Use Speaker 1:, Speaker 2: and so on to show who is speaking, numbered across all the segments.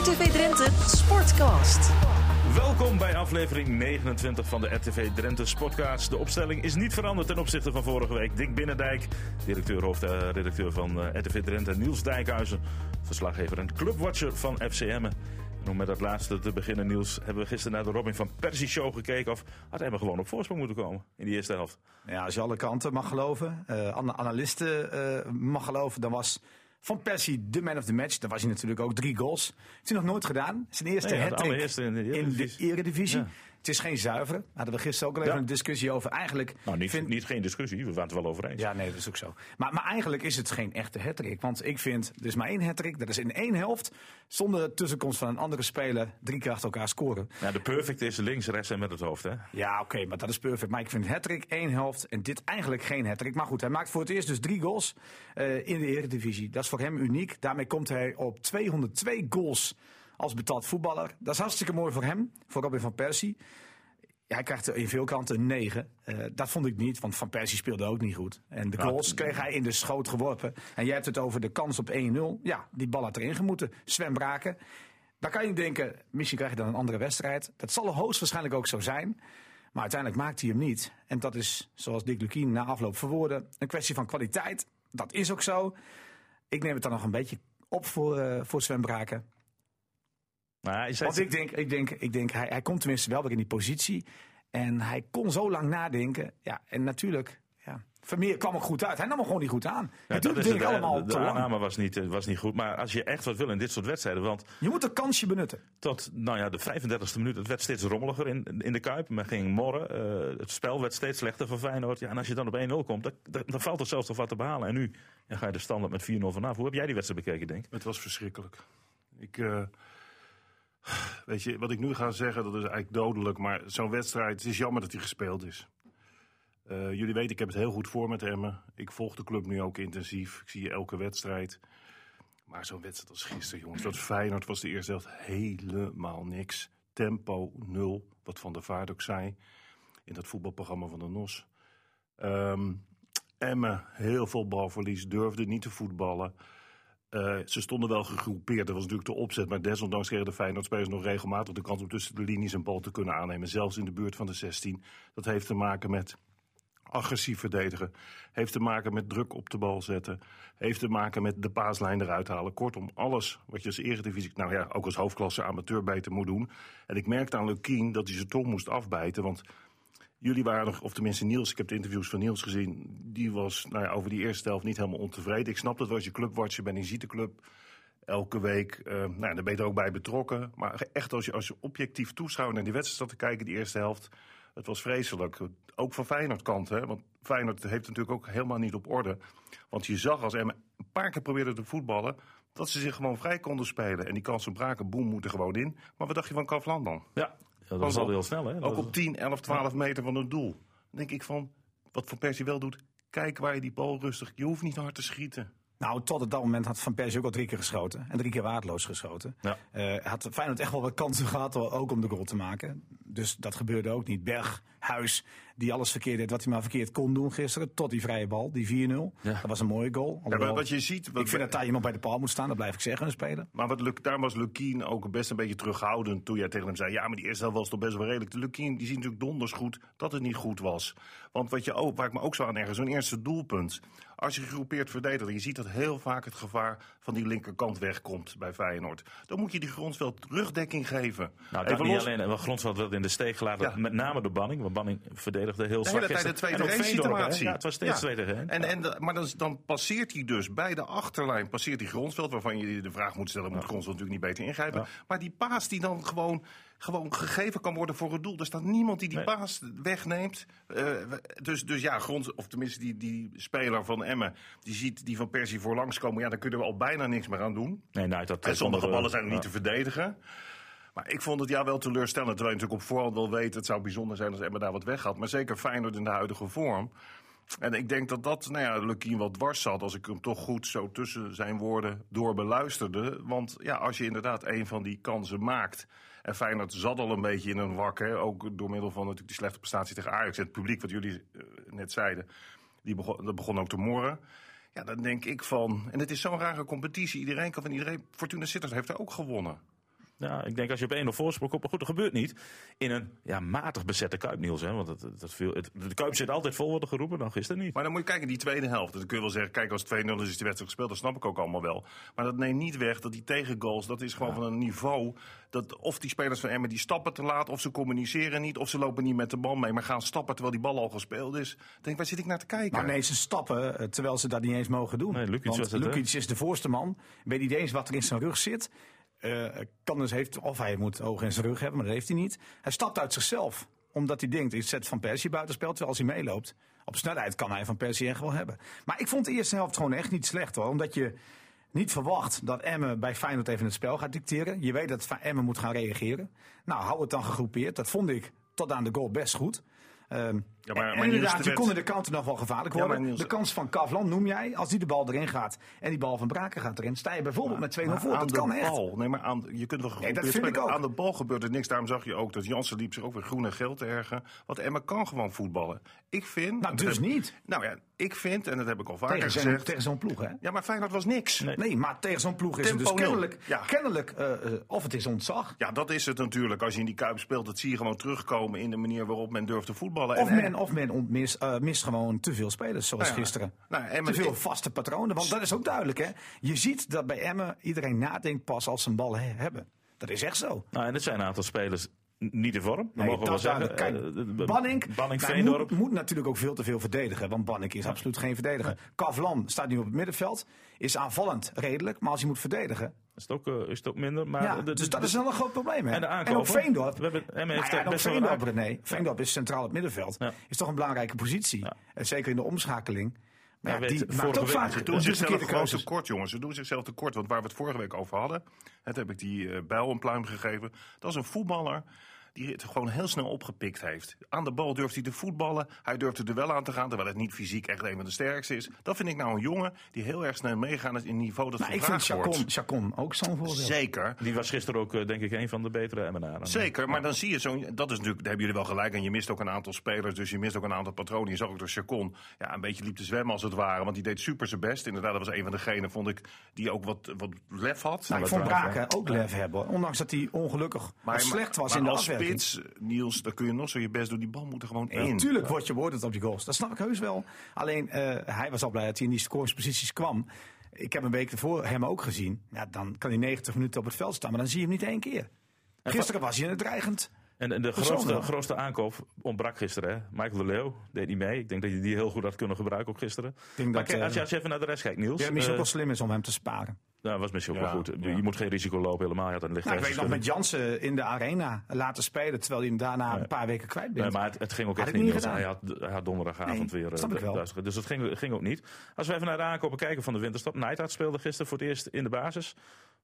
Speaker 1: RTV Drenthe Sportcast.
Speaker 2: Welkom bij aflevering 29 van de RTV Drenthe Sportcast. De opstelling is niet veranderd ten opzichte van vorige week. Dick Binnendijk, hoofdredacteur van RTV Drenthe. Niels Dijkhuizen, verslaggever en clubwatcher van FC Emmen. En om met dat laatste te beginnen, Niels, hebben we gisteren naar de Robin van Persie show gekeken. Of had Emmen gewoon op voorsprong moeten komen in die eerste helft?
Speaker 3: Ja, als je alle kanten mag geloven, analisten mag geloven, dan was Van Persie de man of the match. Dan was hij natuurlijk ook 3 goals. Heeft hij nog nooit gedaan. Zijn eerste hat-trick in de Eredivisie. Ja. Het is geen zuivere. Hadden we gisteren ook al even een discussie over. Eigenlijk
Speaker 2: niet geen discussie, we waren het er wel over eens.
Speaker 3: Ja, nee, dat is ook zo. Maar eigenlijk is het geen echte hat-trick. Want ik vind, er is maar 1 hat-trick. Dat is in 1 helft, zonder tussenkomst van een andere speler, 3 keer achter elkaar scoren.
Speaker 2: Ja, de perfect is links, rechts en met het hoofd, hè?
Speaker 3: Ja, oké, maar dat is perfect. Maar ik vind hat-trick 1 helft en dit eigenlijk geen hat-trick. Maar goed, hij maakt voor het eerst dus 3 goals in de Eredivisie. Dat is voor hem uniek. Daarmee komt hij op 202 goals als betaald voetballer. Dat is hartstikke mooi voor hem, voor Robin van Persie. Ja, hij krijgt in veel kanten een 9. Dat vond ik niet, want Van Persie speelde ook niet goed. En de goals kreeg hij in de schoot geworpen. En jij hebt het over de kans op 1-0. Ja, die bal had erin gemoeten. Sven Braken. Dan kan je denken, misschien krijg je dan een andere wedstrijd. Dat zal hoogstwaarschijnlijk ook zo zijn. Maar uiteindelijk maakt hij hem niet. En dat is, zoals Dick Lukien na afloop verwoordde, een kwestie van kwaliteit. Dat is ook zo. Ik neem het dan nog een beetje op voor Sven Braken. Want ik denk hij komt tenminste wel weer in die positie. En hij kon zo lang nadenken. Ja, en natuurlijk, Vermeer kwam er goed uit. Hij nam er gewoon niet goed aan.
Speaker 2: Ja, dat is het, allemaal de aanname was niet goed. Maar als je echt wat wil in dit soort wedstrijden. Want
Speaker 3: je moet een kansje benutten.
Speaker 2: Tot de 35e minuut. Het werd steeds rommeliger in de Kuip. Men ging morren. Het spel werd steeds slechter voor Feyenoord. Ja, en als je dan op 1-0 komt, dan valt er zelfs nog wat te behalen. En nu ga je de standaard met 4-0 vanaf. Hoe heb jij die wedstrijd bekeken, denk ik?
Speaker 4: Het was verschrikkelijk. Weet je, wat ik nu ga zeggen, dat is eigenlijk dodelijk. Maar zo'n wedstrijd, het is jammer dat die gespeeld is. Jullie weten, ik heb het heel goed voor met Emmen. Ik volg de club nu ook intensief. Ik zie elke wedstrijd. Maar zo'n wedstrijd als gisteren, jongens. Dat Feyenoord was de eerste helft helemaal niks. Tempo 0, wat Van der Vaart ook zei. In dat voetbalprogramma van de NOS. Emmen, heel veel balverlies. Durfde niet te voetballen. Ze stonden wel gegroepeerd, dat was natuurlijk de opzet. Maar desondanks kregen de Feyenoord-spelers nog regelmatig de kans om tussen de linies een bal te kunnen aannemen. Zelfs in de buurt van de 16. Dat heeft te maken met agressief verdedigen. Heeft te maken met druk op de bal zetten. Heeft te maken met de paaslijn eruit halen. Kortom, alles wat je als Eredivisie, ook als hoofdklasse amateur beter moet doen. En ik merkte aan Lukien dat hij zijn tong moest afbijten. Want jullie waren nog, of tenminste Niels, ik heb de interviews van Niels gezien. Die was over die eerste helft niet helemaal ontevreden. Ik snap dat als je clubwatcher bent en je ziet de club elke week. Daar ben je er ook bij betrokken. Maar echt als je objectief toeschouwer naar die wedstrijd zat te kijken, die eerste helft. Het was vreselijk. Ook van Feyenoord kant. Hè? Want Feyenoord heeft natuurlijk ook helemaal niet op orde. Want je zag als Emmen een paar keer probeerde te voetballen, dat ze zich gewoon vrij konden spelen. En die kansen braken, boem, moeten gewoon in. Maar wat dacht je van Kavlan dan?
Speaker 2: Ja, dat was al heel snel. Hè?
Speaker 4: Ook op 10, 11, 12 meter van het doel. Dan denk ik van, wat Van Persie wel doet, kijk waar je die bal rustig, je hoeft niet hard te schieten.
Speaker 3: Nou, tot op dat moment had Van Persie ook al 3 keer geschoten. En 3 keer waardeloos geschoten. Ja. Had Feyenoord echt wel wat kansen gehad, ook om de goal te maken. Dus dat gebeurde ook niet. Berghuis, die alles verkeerd deed wat hij maar verkeerd kon doen gisteren. Tot die vrije bal, die 4-0. Ja. Dat was een mooie goal.
Speaker 4: Maar wat je ziet,
Speaker 3: ik vind dat hij iemand bij de paal moet staan, dat blijf ik zeggen, een speler.
Speaker 4: Maar daar was Lukien ook best een beetje terughoudend toen jij tegen hem zei, ja, maar die eerste helft was toch best wel redelijk. De Lukien, die ziet natuurlijk donders goed dat het niet goed was. Want waar ik me ook zo aan erger, zo'n eerste doelpunt. Als je gegroepeerd verdedigt, je ziet dat heel vaak het gevaar van die linkerkant wegkomt bij Feyenoord. Dan moet je die Gronsveld rugdekking geven.
Speaker 2: Nou, dat niet alleen, want Gronsveld werd in de steek gelaten, met name de Banning. Want Banning verdedigde heel zwak.
Speaker 4: De hele tijd de 2-1 situatie.
Speaker 2: Ja, het was steeds 2-1.
Speaker 4: Maar dan passeert hij dus bij de achterlijn, passeert die Gronsveld, waarvan je de vraag moet stellen, moet Gronsveld natuurlijk niet beter ingrijpen. Ja. Maar die paas die dan gewoon gegeven kan worden voor het doel. Er staat niemand die paas wegneemt. Dus of tenminste die speler van Emmen, die ziet die Van Persie voorlangs komen. Ja, daar kunnen we al bijna niks meer aan doen. En sommige ballen zijn niet te verdedigen. Maar ik vond het wel teleurstellend. Terwijl je natuurlijk op voorhand wel weet, het zou bijzonder zijn als Emmen daar wat weg had. Maar zeker Feyenoord in de huidige vorm. En ik denk dat Lukien wat dwars zat, als ik hem toch goed zo tussen zijn woorden door beluisterde. Want als je inderdaad een van die kansen maakt, en Feyenoord zat al een beetje in een wak, ook door middel van natuurlijk die slechte prestatie tegen Ajax. En het publiek, wat jullie net zeiden, dat begon ook te morren. Ja, dan denk ik van, en het is zo'n rare competitie, iedereen kan van iedereen. Fortuna Sittard heeft er ook gewonnen.
Speaker 2: Ja, ik denk als je op 1-0 voorsprong komt, maar goed, dat gebeurt niet. In een matig bezette Kuip, Niels. Hè? Want de Kuip zit altijd vol, worden geroepen, dan gisteren niet.
Speaker 4: Maar dan moet je kijken, die tweede helft. Dan kun je wel zeggen, kijk, als 2-0 is die wedstrijd gespeeld, dat snap ik ook allemaal wel. Maar dat neemt niet weg dat die tegengoals, dat is gewoon van een niveau. Dat of die spelers van Emmen die stappen te laat, of ze communiceren niet, of ze lopen niet met de bal mee, maar gaan stappen terwijl die bal al gespeeld is. Dan denk ik, waar zit ik naar te kijken?
Speaker 3: Maar nee, ze stappen terwijl ze dat niet eens mogen doen.
Speaker 2: Nee, Lukic
Speaker 3: Want Lukic is de voorste man. Weet niet eens wat er in zijn rug zit. Of hij moet ogen in zijn rug hebben, maar dat heeft hij niet. Hij stapt uit zichzelf, omdat hij denkt, ik zet Van Persie buitenspel, terwijl als hij meeloopt. Op snelheid kan hij Van Persie echt wel hebben. Maar ik vond de eerste helft gewoon echt niet slecht, hoor. Omdat je niet verwacht dat Emmen bij Feyenoord even het spel gaat dicteren. Je weet dat Emmen moet gaan reageren. Nou, hou het dan gegroepeerd. Dat vond ik tot aan de goal best goed. Maar inderdaad, je kon in de kanten nog wel gevaarlijk worden. De kans van Kavlan noem jij. Als die de bal erin gaat en die bal van Braken gaat erin, sta je bijvoorbeeld met 2-0 voor. Dat kan echt.
Speaker 4: Nee, maar je kunt wel
Speaker 3: dat vind ik ook.
Speaker 4: Aan de bal gebeurt er niks. Daarom zag je ook dat Jansen liep zich ook weer groen en geel te ergeren. Want Emmen kan gewoon voetballen. Ik vind...
Speaker 3: Nou, dus niet.
Speaker 4: Nou ja, ik vind, en dat heb ik al vaker gezegd...
Speaker 3: Tegen zo'n ploeg, hè?
Speaker 4: Ja, maar Feyenoord was niks.
Speaker 3: Nee, maar tegen zo'n ploeg is het dus kennelijk of het is ontzag.
Speaker 4: Ja, dat is het natuurlijk. Als je in die Kuip speelt, dat zie je gewoon terugkomen in de manier waarop men durft te voetballen.
Speaker 3: Of men mist gewoon te veel spelers, zoals gisteren. Te veel vaste patronen, want dat is ook duidelijk, hè? Je ziet dat bij Emmen iedereen nadenkt pas als ze een bal hebben. Dat is echt zo.
Speaker 2: Nou, en het zijn een aantal spelers niet in vorm. Dat mogen we wel zeggen.
Speaker 3: Kijk, Banning moet natuurlijk ook veel te veel verdedigen. Want Banning is absoluut geen verdediger. Nee. Kavlan staat nu op het middenveld. Is aanvallend redelijk. Maar als hij moet verdedigen...
Speaker 2: Is het ook minder. Maar
Speaker 3: dus dat is wel een groot probleem. Hè?
Speaker 2: En
Speaker 3: ook Veendorp.
Speaker 2: Veendorp
Speaker 3: is centraal op het middenveld. Ja. Is toch een belangrijke positie. Ja. Zeker in de omschakeling.
Speaker 4: Ja, die maakt ook vaak. Ze doen zichzelf gewoon tekort, jongens. Ze doen zichzelf tekort. Want waar we het vorige week over hadden... Dat heb ik die Bijl een pluim gegeven. Dat is een voetballer... die het gewoon heel snel opgepikt heeft. Aan de bal durft hij te voetballen. Hij durft er wel aan te gaan, terwijl het niet fysiek echt een van de sterkste is. Dat vind ik nou een jongen die heel erg snel meegaan in het niveau dat gevraagd wordt.
Speaker 3: Ik vind Chacon ook zo'n voorbeeld.
Speaker 4: Zeker.
Speaker 2: Die was gisteren ook, denk ik, een van de betere Emmenaren.
Speaker 4: Zeker, maar dan zie je zo'n... Dat is natuurlijk, daar hebben jullie wel gelijk aan. Je mist ook een aantal spelers, dus je mist ook een aantal patronen. Je zag ook door Chacon een beetje liep te zwemmen als het ware. Want die deed super zijn best. Inderdaad, dat was een van degenen, vond ik, die ook wat lef had.
Speaker 3: Nou, ik vond Braken ook lef hebben. Ondanks dat hij ongelukkig slecht was in de afwerking.
Speaker 4: Spits, Niels, dan kun je nog zo je best doen. Die bal moet er gewoon in.
Speaker 3: Natuurlijk word je beoordeeld op die goals. Dat snap ik heus wel. Alleen, hij was al blij dat hij in die scoringsposities kwam. Ik heb een week ervoor hem ook gezien. Ja, dan kan hij 90 minuten op het veld staan. Maar dan zie je hem niet één keer. Gisteren was hij in het dreigend.
Speaker 2: En de grootste aankoop ontbrak gisteren. Hè? Michael de Leeuw deed niet mee. Ik denk dat je die heel goed had kunnen gebruiken ook gisteren. Als je even naar de rest kijkt, Niels.
Speaker 3: Ja, misschien ook wel slim is om hem te sparen.
Speaker 2: Nou, was misschien ook wel goed. Je moet geen risico lopen helemaal. Ja, dan ligt
Speaker 3: ik weet nog met Jansen in de arena laten spelen, terwijl hij hem daarna een paar weken kwijt bent.
Speaker 2: Nee, maar het ging ook echt niet. Hij had donderdagavond weer
Speaker 3: duizelig.
Speaker 2: Dus dat ging ook niet. Als we even naar de aankopen kijken van de winterstop. Neidhart speelde gisteren voor het eerst in de basis.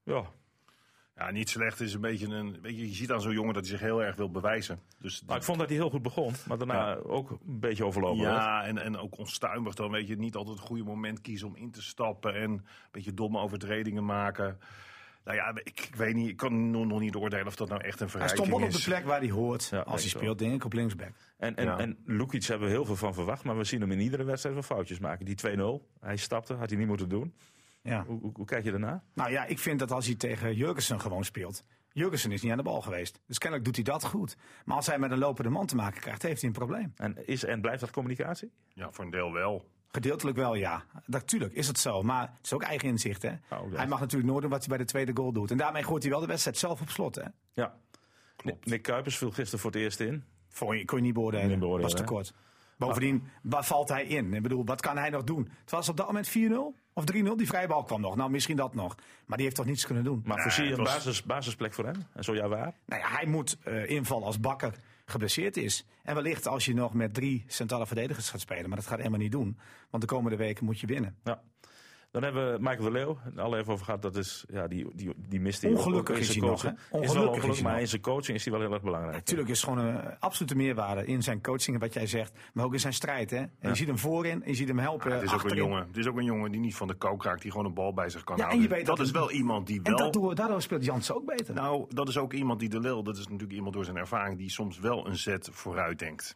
Speaker 4: Ja, niet slecht. Is een beetje je ziet aan zo'n jongen dat hij zich heel erg wil bewijzen. Dus
Speaker 2: maar ik vond dat hij heel goed begon. Maar daarna ook een beetje overlopen.
Speaker 4: Ja, en ook onstuimig dan. Weet je, niet altijd het goede moment kiezen om in te stappen. En een beetje domme overtredingen maken. Nou ja, ik weet niet. Ik kan nog niet oordelen of dat nou echt een verrijking is.
Speaker 3: Hij stond wel op de plek waar hij hoort als hij speelt, denk ik, op linksback.
Speaker 2: En Lukic hebben we heel veel van verwacht. Maar we zien hem in iedere wedstrijd wel foutjes maken. Die 2-0, hij stapte, had hij niet moeten doen. Ja. Hoe kijk je daarna? Nou
Speaker 3: ja, ik vind dat als hij tegen Jurgensen gewoon speelt. Jurgensen is niet aan de bal geweest. Dus kennelijk doet hij dat goed. Maar als hij met een lopende man te maken krijgt, heeft hij een probleem.
Speaker 2: En blijft dat communicatie?
Speaker 4: Ja, voor een deel wel.
Speaker 3: Gedeeltelijk wel, ja. Natuurlijk is het zo. Maar het is ook eigen inzicht, hè. Hij mag natuurlijk nooit doen wat hij bij de tweede goal doet. En daarmee gooit hij wel de wedstrijd zelf op slot, hè.
Speaker 2: Ja. Nick Kuipers viel gisteren voor het eerst in.
Speaker 3: Kon je niet beoordelen. Dat was te kort. Bovendien, waar valt hij in? Ik bedoel, wat kan hij nog doen? Het was op dat moment 4-0 of 3-0. Die vrije bal kwam nog. Nou, misschien dat nog. Maar die heeft toch niets kunnen doen.
Speaker 2: Maar voorzie je een basisplek voor hem? En zo ja waar?
Speaker 3: Nou ja, hij moet invallen als Bakker geblesseerd is. En wellicht als je nog met 3 centrale verdedigers gaat spelen. Maar dat gaat helemaal niet doen. Want de komende weken moet je winnen.
Speaker 2: Ja. Dan hebben we Michael de Leeuw, al even over gehad. Dat is, die mist hij.
Speaker 3: Ongelukkig is hij nog.
Speaker 2: Ongelukkig, maar in zijn coaching is hij wel heel erg belangrijk.
Speaker 3: Natuurlijk is het gewoon een absolute meerwaarde in zijn coaching, wat jij zegt. Maar ook in zijn strijd. Hè? En je ziet hem voorin en je ziet hem helpen.
Speaker 4: Het is ook een jongen die niet van de kook raakt. Die gewoon een bal bij zich kan houden. En je weet dat is wel iemand die wel...
Speaker 3: En daardoor speelt Jansen ook beter.
Speaker 4: Nou, dat is ook iemand die de Leeuw... Dat is natuurlijk iemand door zijn ervaring die soms wel een zet vooruit denkt.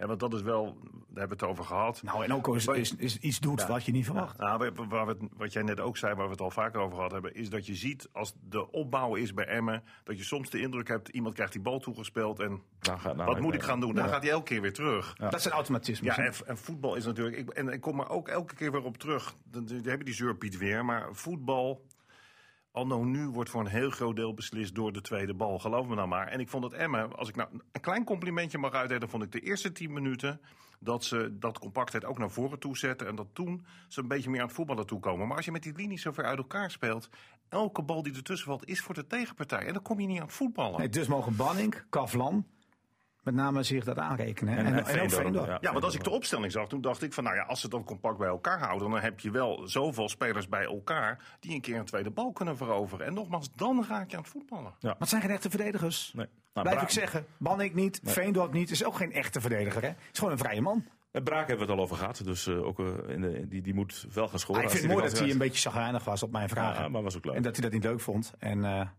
Speaker 4: Want dat is wel, daar hebben we het over gehad.
Speaker 3: Nou, en ook is iets doet wat je niet verwacht.
Speaker 4: Nou, wat jij net ook zei, waar we het al vaker over gehad hebben, is dat je ziet als de opbouw is bij Emmen, dat je soms de indruk hebt, iemand krijgt die bal toegespeeld en wat moet ik gaan doen? Dan gaat hij elke keer weer terug.
Speaker 3: Ja. Dat zijn automatismes.
Speaker 4: Ja, en voetbal is natuurlijk, ik kom er ook elke keer weer op terug. Dan heb je die zeurpiet weer, maar voetbal, anno nu wordt voor een heel groot deel beslist door de tweede bal. Geloof me nou maar. En ik vond dat Emmen, als ik nou een klein complimentje mag uitdelen, vond ik de eerste 10 minuten dat ze dat compactheid ook naar voren toe zetten. En dat toen ze een beetje meer aan het voetballen toekomen. Maar als je met die linie zo ver uit elkaar speelt, elke bal die ertussen valt is voor de tegenpartij. En dan kom je niet aan het voetballen.
Speaker 3: Nee, dus mogen Banning, Kavlan met name zich dat aanrekenen. En ook Veendorp.
Speaker 4: Ja, want als ik de opstelling zag, toen dacht ik van, nou ja, als ze dat compact bij elkaar houden, dan heb je wel zoveel spelers bij elkaar die een keer een tweede bal kunnen veroveren. En nogmaals, dan raak je aan het voetballen.
Speaker 3: Ja. Maar het zijn geen echte verdedigers. Nee. Nou, blijf ik zeggen. Banning niet, Veendorp niet, is ook geen echte verdediger. Hè? Het is gewoon een vrije man.
Speaker 2: Met Braak hebben we het al over gehad, dus ook die moet wel gaan scoren.
Speaker 3: Ik vind het mooi dat hij een beetje chagrijnig was op mijn vragen.
Speaker 2: Ja, maar was ook leuk.
Speaker 3: En dat hij dat niet leuk vond. Maar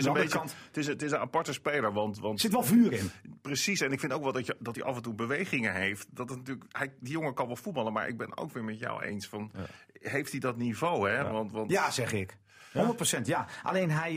Speaker 4: het is een aparte speler, want
Speaker 3: er zit wel vuur in.
Speaker 4: Precies, en ik vind ook wel dat hij af en toe bewegingen heeft. Dat het natuurlijk, die jongen kan wel voetballen, maar ik ben ook weer met jou eens van, heeft hij dat niveau? Hè?
Speaker 3: Ja,
Speaker 4: want
Speaker 3: ja zeg ik. 100% ja. Alleen hij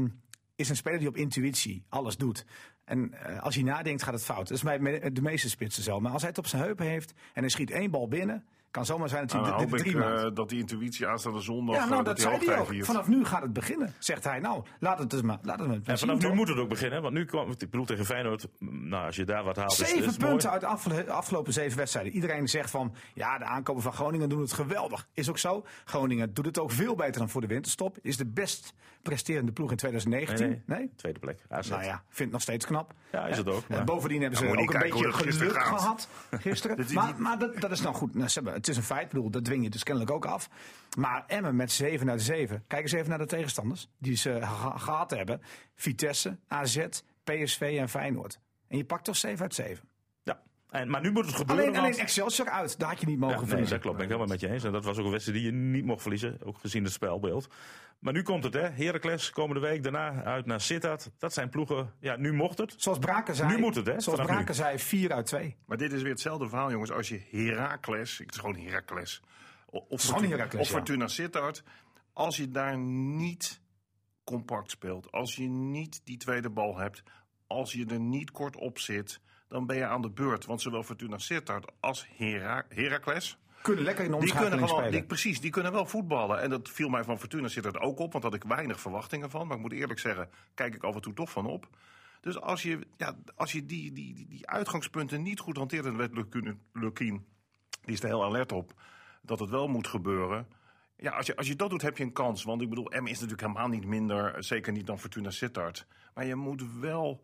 Speaker 3: is een speler die op intuïtie alles doet. En als hij nadenkt gaat het fout. Dat is bij de meeste spitsen zo. Maar als hij het op zijn heupen heeft en hij schiet 1 bal binnen, kan zomaar zijn dat hij de 3 maakt.
Speaker 4: Dat die intuïtie aanstaande zondag.
Speaker 3: Ja, nou, dat zei hij ook. Vanaf nu gaat het beginnen, zegt hij. Nou, laat het dus maar.
Speaker 2: En vanaf nu moet het ook beginnen. Want nu kwam, ik bedoel tegen Feyenoord, nou, als je daar wat haalt.
Speaker 3: 7 punten uit de afgelopen 7 wedstrijden. Iedereen zegt van, ja, de aankopen van Groningen doen het geweldig. Is ook zo. Groningen doet het ook veel beter dan voor de winterstop. Is de best presterende ploeg in 2019. Nee?
Speaker 2: Tweede plek. AZ.
Speaker 3: Nou ja, vind het nog steeds knap.
Speaker 2: Ja, is het ook. Maar
Speaker 3: bovendien hebben ze ook een beetje geluk gehad gisteren. Maar dat is nou goed. Het is een feit. Ik bedoel, dat dwing je dus kennelijk ook af. Maar Emmen met 7 uit 7. Kijk eens even naar de tegenstanders die ze gehad hebben. Vitesse, AZ, PSV en Feyenoord. En je pakt toch 7 uit 7.
Speaker 2: Ja. Maar nu moet het gebeuren.
Speaker 3: Alleen Excelsior uit. Daar had je niet mogen verliezen.
Speaker 2: Nee, dat klopt. Ben ik helemaal met je eens. En dat was ook een wedstrijd die je niet mocht verliezen. Ook gezien het spelbeeld. Maar nu komt het, hè. Heracles komende week. Daarna uit naar Sittard. Dat zijn ploegen. Ja, nu mocht het.
Speaker 3: Zoals Braken zei.
Speaker 2: Nu moet het, hè.
Speaker 3: Zoals Braken zei, 4 uit 2.
Speaker 4: Maar dit is weer hetzelfde verhaal, jongens. Als je Heracles. Het is gewoon Heracles. Of Fortuna Sittard. Als je daar niet compact speelt. Als je niet die tweede bal hebt. Als je er niet kort op zit. Dan ben je aan de beurt. Want zowel Fortuna Sittard als Heracles
Speaker 3: kunnen lekker in omschakeling spelen.
Speaker 4: Precies, die kunnen wel voetballen. En dat viel mij van Fortuna Sittard ook op. Want daar had ik weinig verwachtingen van. Maar ik moet eerlijk zeggen, kijk ik af en toe toch van op. Dus als je die uitgangspunten niet goed hanteert. En weet Lukien, die is er heel alert op. Dat het wel moet gebeuren. Ja, als je dat doet, heb je een kans. Want ik bedoel, Emmen is natuurlijk helemaal niet minder. Zeker niet dan Fortuna Sittard. Maar je moet wel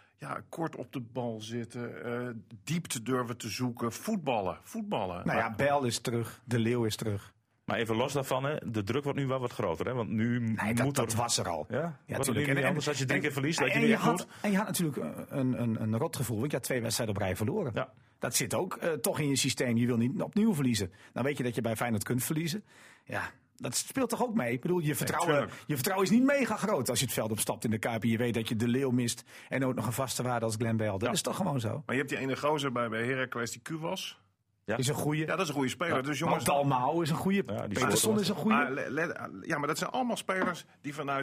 Speaker 4: kort op de bal zitten. Diepte durven te zoeken. Voetballen.
Speaker 3: Nou ja, Bijl is terug. De Leeuw is terug.
Speaker 2: Maar even los daarvan, hè, de druk wordt nu wel wat groter. Hè? Want nu
Speaker 3: dat was er al.
Speaker 2: Ja natuurlijk. En anders als je 3 keer verliest, dat je niet moet.
Speaker 3: En je had natuurlijk een rotgevoel. Want je had 2 wedstrijden op rij verloren. Ja. Dat zit ook toch in je systeem. Je wil niet opnieuw verliezen. Dan weet je dat je bij Feyenoord kunt verliezen. Ja, dat speelt toch ook mee? Ik bedoel, je vertrouwen is niet mega groot als je het veld opstapt in de Kuip. En je weet dat je de Leeuw mist. En ook nog een vaste waarde als Glenn Bijl. Dat is toch gewoon zo?
Speaker 4: Maar je hebt die ene gozer bij Heracles, die Q was.
Speaker 3: Ja. Is een goeie.
Speaker 4: Ja, dat is een goede speler. Ja. Dus jongens,
Speaker 3: Dalmau is een goeie. Peterson is een goeie.
Speaker 4: Maar dat zijn allemaal spelers die vanuit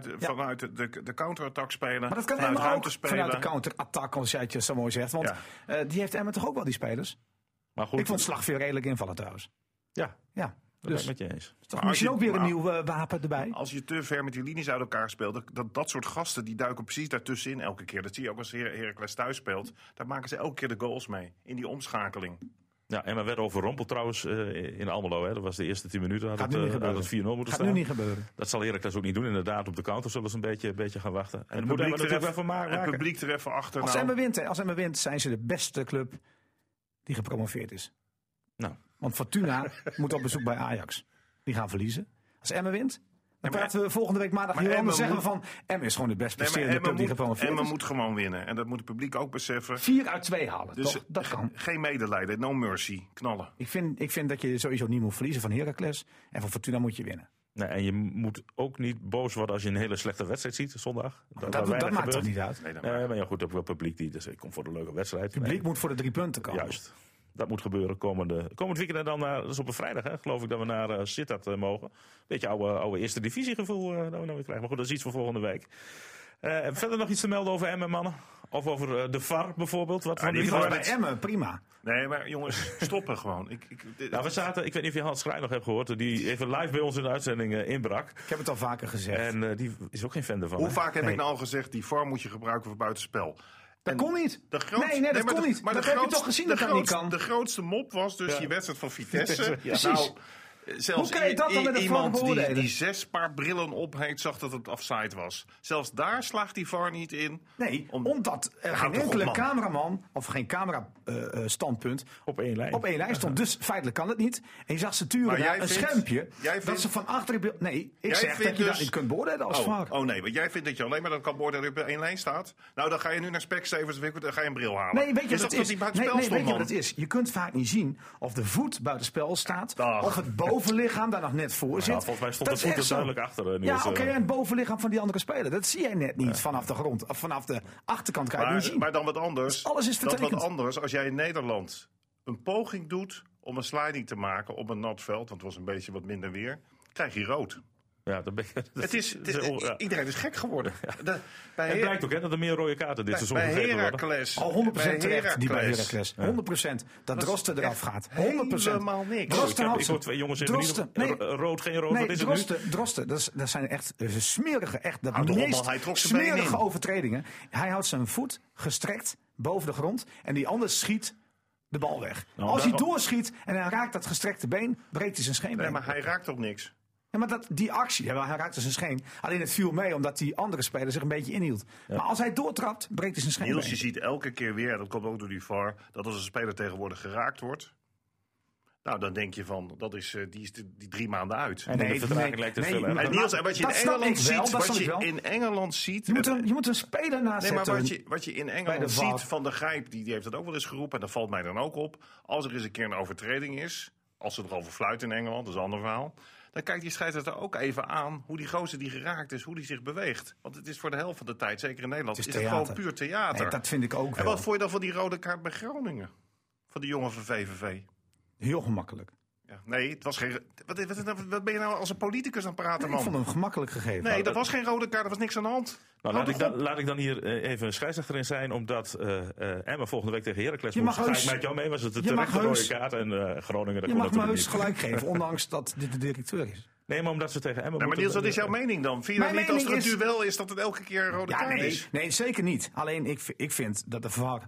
Speaker 4: de counter-attack spelen. Maar
Speaker 3: dat kan
Speaker 4: vanuit ruimte spelen.
Speaker 3: Vanuit de counter-attack, als jij het zo mooi zegt. Want die heeft Emmen toch ook wel, die spelers. Maar goed, ik vond Slag veel redelijk invallen trouwens.
Speaker 2: Ja.
Speaker 3: Dat
Speaker 2: ben ik met je eens.
Speaker 3: Toch misschien ook weer een nieuw wapen erbij.
Speaker 4: Als je te ver met die linies uit elkaar speelt, dat soort gasten die duiken precies daartussenin elke keer. Dat zie je ook als Heracles thuis speelt. Daar maken ze elke keer de goals mee. In die omschakeling.
Speaker 2: Ja, en we werden overrompeld trouwens in Almelo. Hè. Dat was de eerste 10 minuten. Had het 4-0 moeten staan.
Speaker 3: Gaat nu niet gebeuren.
Speaker 2: Dat zal Heracles ook niet doen. Inderdaad, op de counter zullen ze een beetje gaan wachten. En het publiek er even maken.
Speaker 4: Het publiek er even achter.
Speaker 3: Als Emmen wint, zijn ze de beste club die gepromoveerd is.
Speaker 2: Nou.
Speaker 3: Want Fortuna moet op bezoek bij Ajax. Die gaan verliezen. Als Emmen wint, dan praten we volgende week maandag hier anders zeggen van Emmen is gewoon de best presterende club die gepromoveerd is.
Speaker 4: Emmen moet gewoon winnen. En dat moet het publiek ook beseffen.
Speaker 3: 4 uit 2 halen,
Speaker 4: dus
Speaker 3: toch? Dat kan.
Speaker 4: Geen medelijden, no mercy, knallen.
Speaker 3: Ik vind dat je sowieso niet moet verliezen van Heracles. En van Fortuna moet je winnen.
Speaker 2: Nee, en je moet ook niet boos worden als je een hele slechte wedstrijd ziet zondag.
Speaker 3: Dat maakt toch niet uit?
Speaker 2: Nee, maar ja, goed, ook wel publiek die. Dus ik kom voor de leuke wedstrijd.
Speaker 3: Het publiek moet voor de 3 punten komen.
Speaker 2: Juist. Dat moet gebeuren komend weekend. En dan, dat is op een vrijdag, hè, geloof ik, dat we naar Sittard mogen. Beetje oude eerste divisiegevoel dat we nou weer krijgen. Maar goed, dat is iets voor volgende week. Verder nog iets te melden over Emmen, mannen? Of over de VAR bijvoorbeeld? Wat van
Speaker 3: Die was bij Emmen, prima.
Speaker 4: Nee, maar jongens, stoppen gewoon.
Speaker 2: We zaten, ik weet niet of je Hans Schrijn nog hebt gehoord, die even live bij ons in de uitzending inbrak.
Speaker 3: Ik heb het al vaker gezegd.
Speaker 2: En die is ook geen fan ervan.
Speaker 4: Hoe vaak heb ik nou al gezegd, die VAR moet je gebruiken voor buitenspel?
Speaker 3: Dat kon niet.
Speaker 4: Dat
Speaker 3: kon niet. Maar dat heb je toch gezien dat dat niet kan?
Speaker 4: De grootste mop was dus die wedstrijd van Vitesse.
Speaker 3: Precies.
Speaker 4: Nou, zelfs
Speaker 3: hoe kan je dat dan met een
Speaker 4: iemand die 6 paar brillen op heeft, zag dat het offside was. Zelfs daar slaagt die VAR niet in.
Speaker 3: Nee, omdat er geen enkele cameraman of geen camerastandpunt op één lijn stond. Dus feitelijk kan het niet. En je zag ze turen naar een schermpje dat ze van achter... Nee, ik zeg dat je dat niet kunt beoordelen als VAR.
Speaker 4: Oh nee, want jij vindt dat je alleen maar dat kan beoordelen dat je op één lijn staat. Nou, dan ga je nu naar Specsavers, dan ga je een bril halen.
Speaker 3: Nee, weet je wat het is? Weet je wat het is? Je kunt vaak niet zien of de voet buitenspel staat, of het bovenlichaam daar nog net voor zit.
Speaker 2: Volgens mij stond de voet er duidelijk achter.
Speaker 3: Ja, oké, en het bovenlichaam van die andere speler. Dat zie jij net niet vanaf de grond. Of vanaf de achterkant kan je niet zien.
Speaker 4: Maar dan wat anders.
Speaker 3: Dus alles is vertekend.
Speaker 4: Wat anders als jij in Nederland een poging doet om een sliding te maken op een nat veld, want het was een beetje wat minder weer, krijg je rood.
Speaker 2: Ja,
Speaker 4: iedereen is gek geworden.
Speaker 2: Het blijkt ook dat er meer rode kaarten dit seizoen gegeven worden.
Speaker 3: Al 100% terecht, die bij Heracles. 100%. Dat Drosten eraf gaat. 100%.
Speaker 4: Helemaal niks.
Speaker 2: Ik hoor 2 jongens zeggen rood, geen rood.
Speaker 3: Nee,
Speaker 2: wat is het nu?
Speaker 3: Drosten, dat zijn echt smerige, de meest smerige overtredingen. Hij houdt zijn voet gestrekt boven de grond en die ander schiet de bal weg. Als hij doorschiet en hij raakt dat gestrekte been, breekt hij zijn scheenbeen.
Speaker 4: Nee, maar hij raakt toch niks?
Speaker 3: Ja, maar die actie, hij raakte zijn scheen. Alleen het viel mee omdat die andere speler zich een beetje inhield. Ja. Maar als hij doortrapt, breekt hij zijn scheen.
Speaker 4: Niels, je ziet elke keer weer, dat komt ook door die VAR, dat als een speler tegenwoordig geraakt wordt, nou, dan denk je van, die is 3 maanden uit.
Speaker 2: En de vertraging lijkt het veel.
Speaker 4: En Niels, en wat je in Engeland ziet...
Speaker 3: Je moet een speler naast zetten.
Speaker 4: Maar wat je in Engeland ziet, Van der Gijp, die heeft dat ook wel eens geroepen, en dat valt mij dan ook op. Als er eens een keer een overtreding is, als ze erover fluiten in Engeland, dat is een ander verhaal, dan kijkt die scheidsrechter ook even aan hoe die gozer die geraakt is, hoe die zich beweegt. Want het is voor de helft van de tijd, zeker in Nederland, is het gewoon puur theater.
Speaker 3: Nee, dat vind ik ook wel.
Speaker 4: En wat vond je dan van die rode kaart bij Groningen? Van die jongen van VVV?
Speaker 3: Heel gemakkelijk.
Speaker 4: Ja, nee, het was geen... Wat ben je nou als een politicus aan het praten, man?
Speaker 3: Ik vond hem gemakkelijk gegeven.
Speaker 4: Nee, dat was geen rode kaart, er was niks aan de hand.
Speaker 2: Nou, laat ik dan hier even een scheidsrechter in zijn, omdat Emmen volgende week tegen Heracles moet. Ga ik met jou mee, was het een terechte rode kaart en Groningen...
Speaker 3: Je mag me heus gelijk geven, ondanks dat dit de directeur is.
Speaker 2: Nee, maar omdat ze tegen Emmen moeten...
Speaker 4: Maar Niels, wat is jouw mening dan? Vind je dat niet als er een duel is dat het elke keer een rode kaart is?
Speaker 3: Nee, zeker niet. Alleen ik vind dat de VAR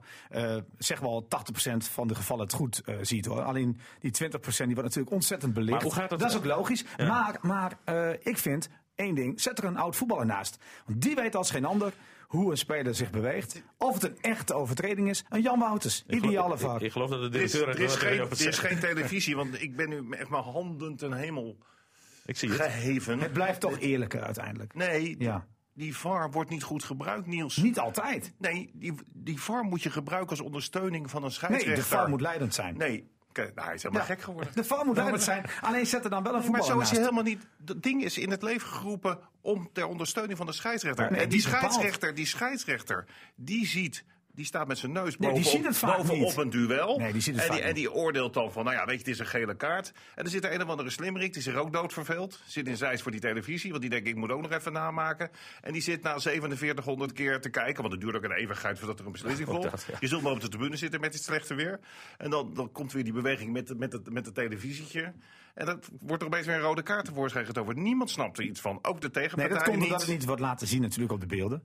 Speaker 3: zeg wel 80% van de gevallen het goed ziet, hoor. Alleen die 20% die wordt natuurlijk ontzettend belicht. Maar hoe gaat dat is ook logisch. Ja. Maar ik vind één ding, zet er een oud voetballer naast. Want die weet als geen ander hoe een speler zich beweegt. Of het een echte overtreding is. Een Jan Wouters, ideale VAR.
Speaker 2: Ik geloof dat de directeur...
Speaker 4: Er is geen televisie, want ik ben nu echt maar handen ten hemel...
Speaker 2: Ik zie het.
Speaker 4: Geheven.
Speaker 3: Het blijft toch eerlijker uiteindelijk.
Speaker 4: Nee, die VAR wordt niet goed gebruikt, Niels.
Speaker 3: Niet altijd.
Speaker 4: Nee, die VAR moet je gebruiken als ondersteuning van een scheidsrechter.
Speaker 3: Nee, de VAR moet leidend zijn.
Speaker 4: Nee, hij is helemaal gek geworden.
Speaker 3: De VAR moet leidend zijn, alleen zet er dan wel een voetballer naast.
Speaker 4: Maar zo is hij helemaal niet... Dat ding is in het leven geroepen om ter ondersteuning van de scheidsrechter.
Speaker 3: Nee,
Speaker 4: en die scheidsrechter, die ziet... Die staat met zijn neus
Speaker 3: bovenop
Speaker 4: een duel.
Speaker 3: Nee,
Speaker 4: en die oordeelt dan van, nou ja, weet je, het is een gele kaart. En er zit er een of andere slimmerik, die zich ook doodverveelt. Zit in Zeist voor die televisie, want die denkt, ik moet ook nog even namaken. En die zit na 4700 keer te kijken, want het duurt ook een eeuwigheid voordat er een beslissing volgt. Je zult maar op de tribune zitten met dit slechte weer. En dan komt weer die beweging met het televisietje. En dat wordt er opeens weer een rode kaart tevoorschijn getoond. Niemand snapt er iets van, ook de tegenpartij niet.
Speaker 3: Nee, dat komt omdat het niet wordt laten zien natuurlijk op de beelden.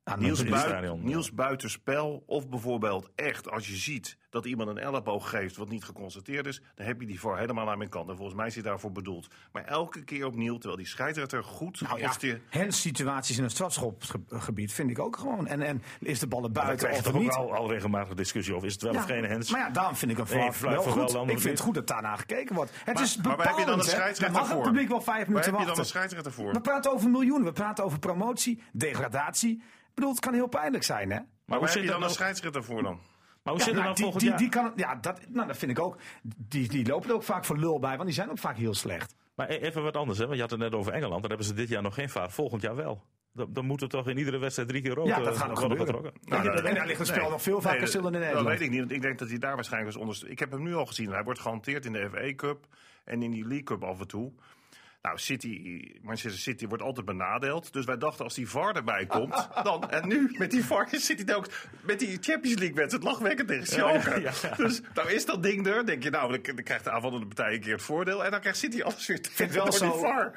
Speaker 4: Niels buitenspel of bijvoorbeeld echt als je ziet dat iemand een elleboog geeft wat niet geconstateerd is, dan heb je die VAR helemaal aan mijn kant. En volgens mij is hij daarvoor bedoeld. Maar elke keer opnieuw, terwijl die scheidsrechter goed...
Speaker 3: Hands-situaties in het strafschopgebied vind ik ook gewoon. En is de ballen buiten
Speaker 2: of niet? Al regelmatig discussie over, is het wel of geen hands?
Speaker 3: Maar ja, daarom vind ik een VAR wel goed. Ik vind het goed dat daarna gekeken wordt. Het is bepalend,
Speaker 4: waar heb je dan een scheidsrechter voor?
Speaker 3: Mag het publiek wel 5 minuten wachten?
Speaker 4: Waar heb je dan een scheidsrechter voor?
Speaker 3: We praten over miljoenen, we praten over promotie, degradatie. Ik bedoel, het kan heel pijnlijk zijn, hè?
Speaker 4: Maar waar heb je dan een scheidsrechter voor dan?
Speaker 2: Maar hoe zit het dan volgend jaar?
Speaker 3: Dat vind ik ook. Die lopen er ook vaak voor lul bij, want die zijn ook vaak heel slecht.
Speaker 2: Maar even wat anders, hè? Want je had het net over Engeland. Daar hebben ze dit jaar nog geen VAR. Volgend jaar wel. Dan moet er toch in iedere wedstrijd 3 keer rood
Speaker 3: dat gaat ook
Speaker 2: worden
Speaker 3: gebeuren.
Speaker 2: getrokken.
Speaker 3: En daar ligt het spel nog veel vaker stil in Nederland.
Speaker 4: Dat weet ik niet, want ik denk dat hij daar waarschijnlijk was ik heb hem nu al gezien. Hij wordt gehanteerd in de FA Cup en in die League Cup af en toe. Nou, Manchester City wordt altijd benadeeld. Dus wij dachten als die VAR erbij komt, dan... En nu, met die VAR, zit hij ook met die Champions League wedstrijd lachwekkend tegen Schalke. Ja. Dus nou is dat ding er. Denk je, nou, dan krijgt de aanvallende partij een keer het voordeel. En dan krijgt City alles weer tegen
Speaker 3: wel
Speaker 4: door die VAR.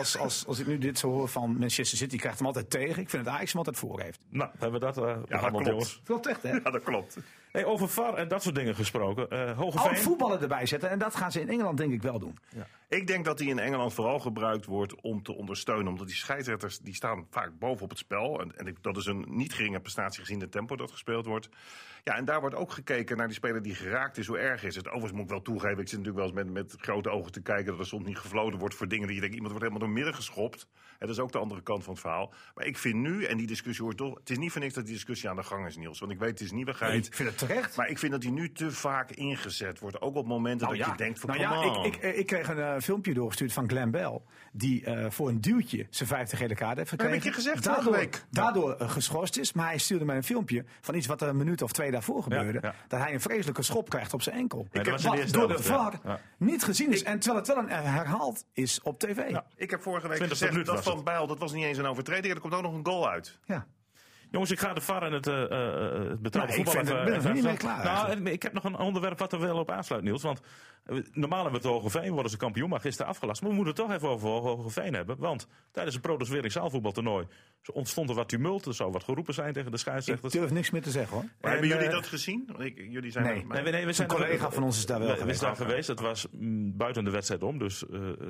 Speaker 3: Als ik nu dit zo hoor van Manchester City, krijgt hem altijd tegen. Ik vind het Ajax hem altijd voor heeft.
Speaker 2: Nou, hebben we dat
Speaker 4: dat klopt.
Speaker 2: Jongens.
Speaker 3: Klopt echt, hè?
Speaker 4: Ja, dat klopt.
Speaker 2: Hey, over VAR en dat soort dingen gesproken. Hoogeveen.
Speaker 3: Oud voetballen erbij zetten. En dat gaan ze in Engeland denk ik wel doen.
Speaker 2: Ja.
Speaker 4: Ik denk dat die in Engeland vooral gebruikt wordt om te ondersteunen. Omdat die scheidsrechters die staan vaak bovenop het spel. En dat is een niet geringe prestatie gezien het tempo dat gespeeld wordt. Ja, en daar wordt ook gekeken naar die speler die geraakt is. Hoe erg is het? Overigens moet ik wel toegeven. Ik zit natuurlijk wel eens met grote ogen te kijken dat er soms niet gefloten wordt voor dingen die je denkt. Iemand wordt helemaal door midden geschopt. Dat is ook de andere kant van het verhaal. Maar ik vind nu, en die discussie hoort toch... Het is niet voor niks dat die discussie aan de gang is, Niels. Want ik weet, het is nieuwigheid.
Speaker 3: Ik vind het terecht.
Speaker 4: Maar ik vind dat die nu te vaak ingezet wordt. Ook op momenten dat je denkt van,
Speaker 3: ik kreeg een filmpje doorgestuurd van Glenn Bell. Die voor een duwtje zijn 5e gele kaart heeft gekregen.
Speaker 4: Heb ik je gezegd vorige week.
Speaker 3: Daardoor geschorst is. Maar hij stuurde mij een filmpje van iets wat er een minuut of 2 daarvoor gebeurde.
Speaker 2: Ja.
Speaker 3: Dat hij een vreselijke schop krijgt op zijn enkel.
Speaker 2: Wat
Speaker 3: door de VAR niet gezien is. En terwijl het wel herhaald is op tv.
Speaker 4: Ja. Ik heb vorige week gezegd dat Van Bijl, dat was niet eens een overtreding. Er komt ook nog een goal uit.
Speaker 3: Ja.
Speaker 2: Jongens, ik ga de VAR en het betaalde voetbal
Speaker 3: ik ben er niet mee klaar.
Speaker 2: Nou, ik heb nog een onderwerp wat er wel op aansluit, Niels. Want normaal hebben we het Hoogeveen, worden ze kampioen, maar gisteren afgelast. Maar we moeten het toch even over Hoogeveen hebben. Want tijdens een Prodoswering zaalvoetbaltoernooi ontstond er wat tumult. Er zou wat geroepen zijn tegen de scheidsrechters.
Speaker 3: Ik durf niks meer te zeggen, hoor.
Speaker 4: Maar hebben jullie dat gezien? Jullie zijn
Speaker 2: we zijn
Speaker 3: een collega van ons is daar wel geweest.
Speaker 2: We zijn daar geweest. Dat was buiten de wedstrijd om. Dus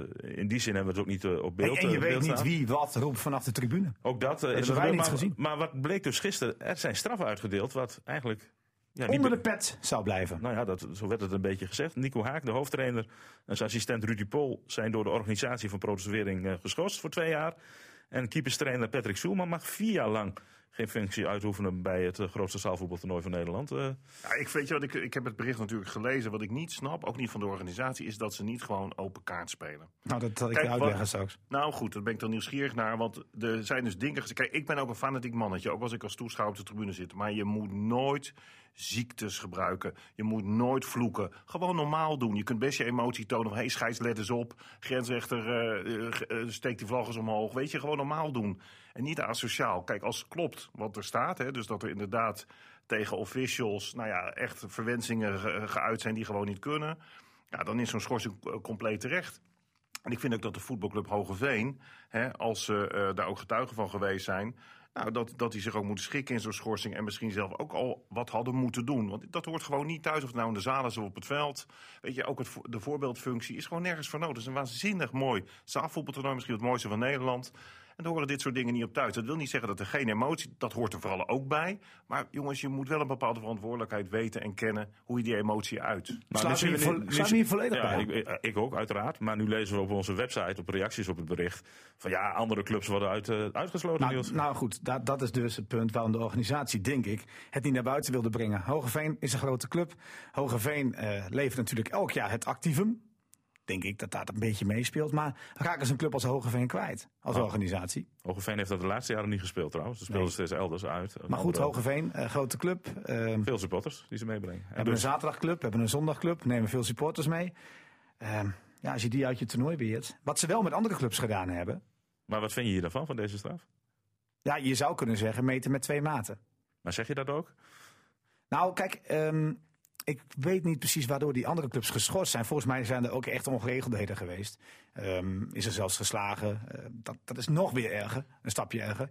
Speaker 2: in die zin hebben we het ook niet op beeld.
Speaker 3: En je weet niet wie wat roept vanaf de tribune.
Speaker 2: Ook dat
Speaker 3: hebben wij niet gezien.
Speaker 2: Maar wat bleek dus gisteren, er zijn straffen uitgedeeld wat eigenlijk... Ja,
Speaker 3: onder de pet zou blijven.
Speaker 2: Nou ja, zo werd het een beetje gezegd. Nico Haak, de hoofdtrainer, en zijn assistent Rudy Pol zijn door de organisatie van Prodoswering geschorst voor 2 jaar. En keeperstrainer Patrick Soelman mag 4 jaar lang geen functie uitoefenen bij het grootste zaalvoetbaltoernooi van Nederland.
Speaker 4: Ik heb het bericht natuurlijk gelezen. Wat ik niet snap, ook niet van de organisatie, is dat ze niet gewoon open kaart spelen.
Speaker 3: Nou, dat zal ik je uitleggen straks.
Speaker 4: Nou goed, daar ben ik dan nieuwsgierig naar. Want er zijn dus dingen gezegd. Kijk, ik ben ook een fanatiek mannetje. Ook als ik als toeschouwer op de tribune zit. Maar je moet nooit ziektes gebruiken. Je moet nooit vloeken. Gewoon normaal doen. Je kunt best je emotie tonen van, hey scheids, let eens op. Grensrechter, steekt die vlag eens omhoog. Weet je, gewoon normaal doen. En niet asociaal. Kijk, als het klopt wat er staat, hè, dus dat er inderdaad tegen officials, nou ja, echt verwensingen geuit zijn die gewoon niet kunnen. Ja, dan is zo'n schorsing compleet terecht. En ik vind ook dat de voetbalclub Hoogeveen, als ze daar ook getuigen van geweest zijn, nou, dat die zich ook moeten schikken in zo'n schorsing en misschien zelf ook al wat hadden moeten doen. Want dat hoort gewoon niet thuis, of het nou in de zaal is of op het veld. Weet je, ook de voorbeeldfunctie is gewoon nergens voor nodig. Het is een waanzinnig mooi zaalvoetbaltoernooi, misschien het mooiste van Nederland. En daar horen dit soort dingen niet op thuis. Dat wil niet zeggen dat er geen emotie, dat hoort er vooral ook bij. Maar jongens, je moet wel een bepaalde verantwoordelijkheid weten en kennen hoe je die emotie uit.
Speaker 3: Slaat je niet volledig bij?
Speaker 2: Ik ook, uiteraard. Maar nu lezen we op onze website, op reacties op het bericht, van ja, andere clubs worden uitgesloten, Niels.
Speaker 3: Nou goed, dat is dus het punt waarom de organisatie, denk ik, het niet naar buiten wilde brengen. Hoogeveen is een grote club. Hoogeveen levert natuurlijk elk jaar het activum. Denk ik dat dat een beetje meespeelt. Maar raken ze een club als Hoogeveen kwijt, als organisatie?
Speaker 2: Hoogeveen heeft dat de laatste jaren niet gespeeld trouwens. Ze speelden steeds elders uit.
Speaker 3: Maar goed, Hoogeveen, grote club.
Speaker 2: Veel supporters die ze meebrengen.
Speaker 3: We hebben een zaterdagclub, we hebben een zondagclub. Nemen veel supporters mee. Als je die uit je toernooi beheert. Wat ze wel met andere clubs gedaan hebben.
Speaker 2: Maar wat vind je hier daarvan, van deze straf?
Speaker 3: Ja, je zou kunnen zeggen meten met 2 maten.
Speaker 2: Maar zeg je dat ook?
Speaker 3: Nou, kijk, ik weet niet precies waardoor die andere clubs geschorst zijn. Volgens mij zijn er ook echt ongeregeldheden geweest. Is er zelfs geslagen. Dat is nog weer erger, een stapje erger.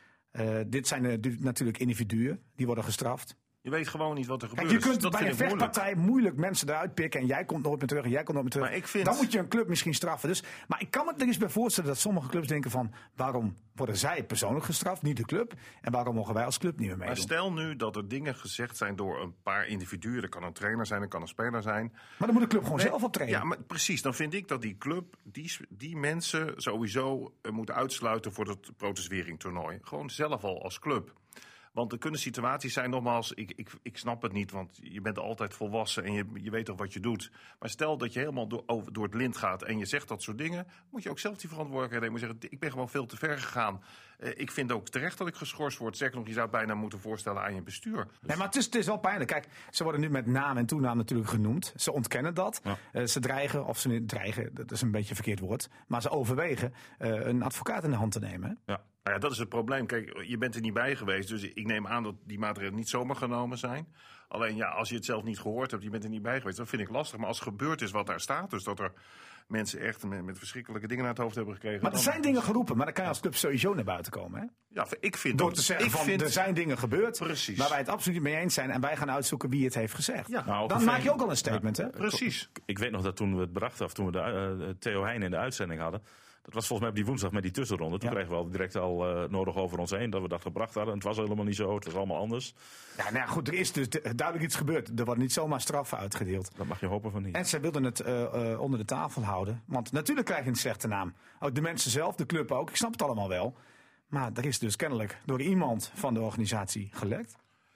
Speaker 3: Dit zijn natuurlijk individuen, die worden gestraft.
Speaker 4: Je weet gewoon niet wat er gebeurt.
Speaker 3: Kijk, je kunt bij een vechtpartij moeilijk mensen eruit pikken en jij komt nooit meer terug en jij komt nooit meer terug. Dan moet je een club misschien straffen. Maar ik kan me er eens bij voorstellen dat sommige clubs denken van, waarom worden zij persoonlijk gestraft, niet de club? En waarom mogen wij als club niet meer meedoen?
Speaker 4: Maar stel nu dat er dingen gezegd zijn door een paar individuen. Dat kan een trainer zijn, dat kan een speler zijn.
Speaker 3: Maar dan moet de club gewoon zelf optreden.
Speaker 4: Ja, maar precies. Dan vind ik dat die club die mensen sowieso moeten uitsluiten voor het Prodoswering toernooi. Gewoon zelf al als club. Want er kunnen situaties zijn, nogmaals, ik snap het niet, want je bent altijd volwassen en je weet toch wat je doet. Maar stel dat je helemaal door het lint gaat en je zegt dat soort dingen, moet je ook zelf die verantwoordelijkheid nemen. Moet zeggen, ik ben gewoon veel te ver gegaan. Ik vind ook terecht dat ik geschorst word. Zeker nog, je zou het bijna moeten voorstellen aan je bestuur.
Speaker 3: Nee, maar het is wel pijnlijk. Kijk, ze worden nu met naam en toenaam natuurlijk genoemd. Ze ontkennen dat. Ja. Ze dreigen, of ze niet dreigen, dat is een beetje een verkeerd woord. Maar ze overwegen een advocaat in de hand te nemen. Hè?
Speaker 4: Ja. Nou ja, dat is het probleem. Kijk, je bent er niet bij geweest. Dus ik neem aan dat die maatregelen niet zomaar genomen zijn. Alleen ja, als je het zelf niet gehoord hebt, je bent er niet bij geweest, dan vind ik lastig. Maar als het gebeurd is wat daar staat, dus dat er mensen echt met verschrikkelijke dingen naar het hoofd hebben gekregen.
Speaker 3: Maar er zijn dingen geroepen, maar dan kan je als club sowieso naar buiten komen. Hè?
Speaker 4: Ja, ik vind
Speaker 3: door te zeggen er zijn dingen gebeurd
Speaker 4: precies.
Speaker 3: waar wij het absoluut niet mee eens zijn en wij gaan uitzoeken wie het heeft gezegd.
Speaker 4: Ja.
Speaker 3: Nou, dan maak je ook al een statement.
Speaker 2: Ja,
Speaker 3: hè?
Speaker 4: Precies.
Speaker 2: Ik weet nog dat toen we het brachten, of toen we Theo Heijn in de uitzending hadden. Dat was volgens mij op die woensdag met die tussenronde. Toen kregen we al direct nodig over ons heen dat we dat gebracht hadden. En het was helemaal niet zo, het was allemaal anders.
Speaker 3: Ja, nou ja, goed, er is dus duidelijk iets gebeurd. Er worden niet zomaar straffen uitgedeeld.
Speaker 2: Dat mag je hopen van niet.
Speaker 3: En ze wilden het onder de tafel houden. Want natuurlijk krijg je een slechte naam. Ook de mensen zelf, de club ook. Ik snap het allemaal wel. Maar er is dus kennelijk door iemand van de organisatie gelekt.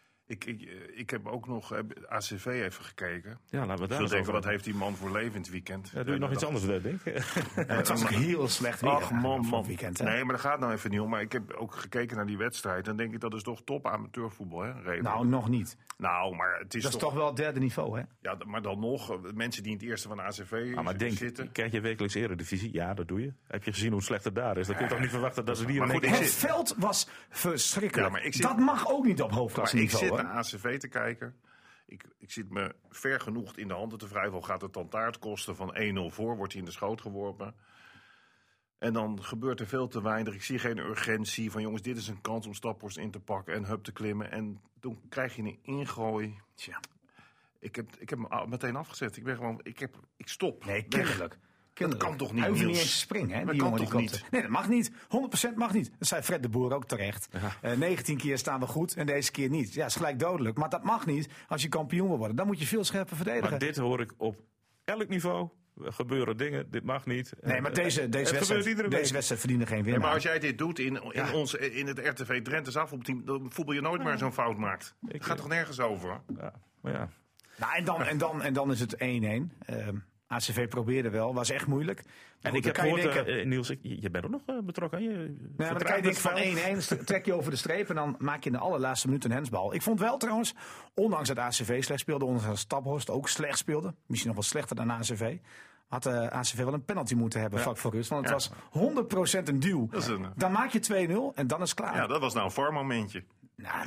Speaker 4: Ik heb ook nog ACV even gekeken.
Speaker 2: Ja, laten we daar
Speaker 4: eens denken, wat heeft die man voor leven in het weekend?
Speaker 2: Ja, doe je nog iets anders, denk ik.
Speaker 3: Het was ook heel slecht weer.
Speaker 4: Ach man.
Speaker 3: Het weekend, hè?
Speaker 4: Nee, maar dat gaat nou even niet om. Maar ik heb ook gekeken naar die wedstrijd. Dan denk ik, dat is toch top amateurvoetbal, hè? Redelijk.
Speaker 3: Nou, nog niet.
Speaker 4: Nou, maar het is
Speaker 3: dat is toch wel het derde niveau, hè?
Speaker 4: Ja, maar dan nog. Mensen die in het eerste van de ACV
Speaker 2: maar
Speaker 4: zitten.
Speaker 2: Krijg je wekelijks eredivisie? Ja, dat doe je. Heb je gezien hoe slecht het daar is? Dan kun je toch niet verwachten dat ze die
Speaker 3: Het veld was verschrikkelijk.
Speaker 4: Ja, maar
Speaker 3: dat mag ook niet op hoofdklasse niveau.
Speaker 4: Ik zit naar ACV te kijken. Ik zit me ver genoeg in de handen te wrijven. Gaat het dan taart kosten van 1-0 voor? Wordt hij in de schoot geworpen? En dan gebeurt er veel te weinig. Ik zie geen urgentie van jongens, dit is een kans om Staphorst in te pakken en hup te klimmen. En toen krijg je een ingooi. Tja. Ik heb hem meteen afgezet. Ik stop.
Speaker 3: Nee, kennelijk.
Speaker 4: Dat kan toch niet,
Speaker 3: Hij hoeft
Speaker 4: Niels?
Speaker 3: niet eens te springen, hè?
Speaker 4: Dat
Speaker 3: die
Speaker 4: kan
Speaker 3: jongen
Speaker 4: toch niet?
Speaker 3: Nee, dat mag niet. 100% mag niet. Dat zei Fred de Boer ook terecht. 19 keer staan we goed en deze keer niet. Ja, is gelijk dodelijk. Maar dat mag niet als je kampioen wil worden. Dan moet je veel scherper verdedigen.
Speaker 2: Maar dit hoor ik op elk niveau. Er gebeuren dingen, dit mag niet.
Speaker 3: Nee, maar deze wedstrijd verdienen geen winnaar.
Speaker 4: Nee, maar als jij dit doet in het RTV Drenthe zaalvoetbalteam, dan voetbal je nooit meer zo'n fout maakt. Het gaat toch nergens over?
Speaker 2: Ja, maar ja.
Speaker 3: Nou, en dan is het 1-1. ACV probeerde wel, was echt moeilijk.
Speaker 2: En ik heb gehoord, Niels, je bent ook nog betrokken.
Speaker 3: Nee, maar dan kan je denken van 1-1, trek je over de streep en dan maak je in de allerlaatste minuut een hensbal. Ik vond wel trouwens, ondanks dat ACV slecht speelde, ondanks dat Staphorst ook slecht speelde, misschien nog wel slechter dan ACV, had ACV wel een penalty moeten hebben vlak voor rust. Want het was 100% een duw. Dan maak je 2-0 en dan is het klaar.
Speaker 4: Ja, dat was nou een VAR-momentje.
Speaker 3: Nou,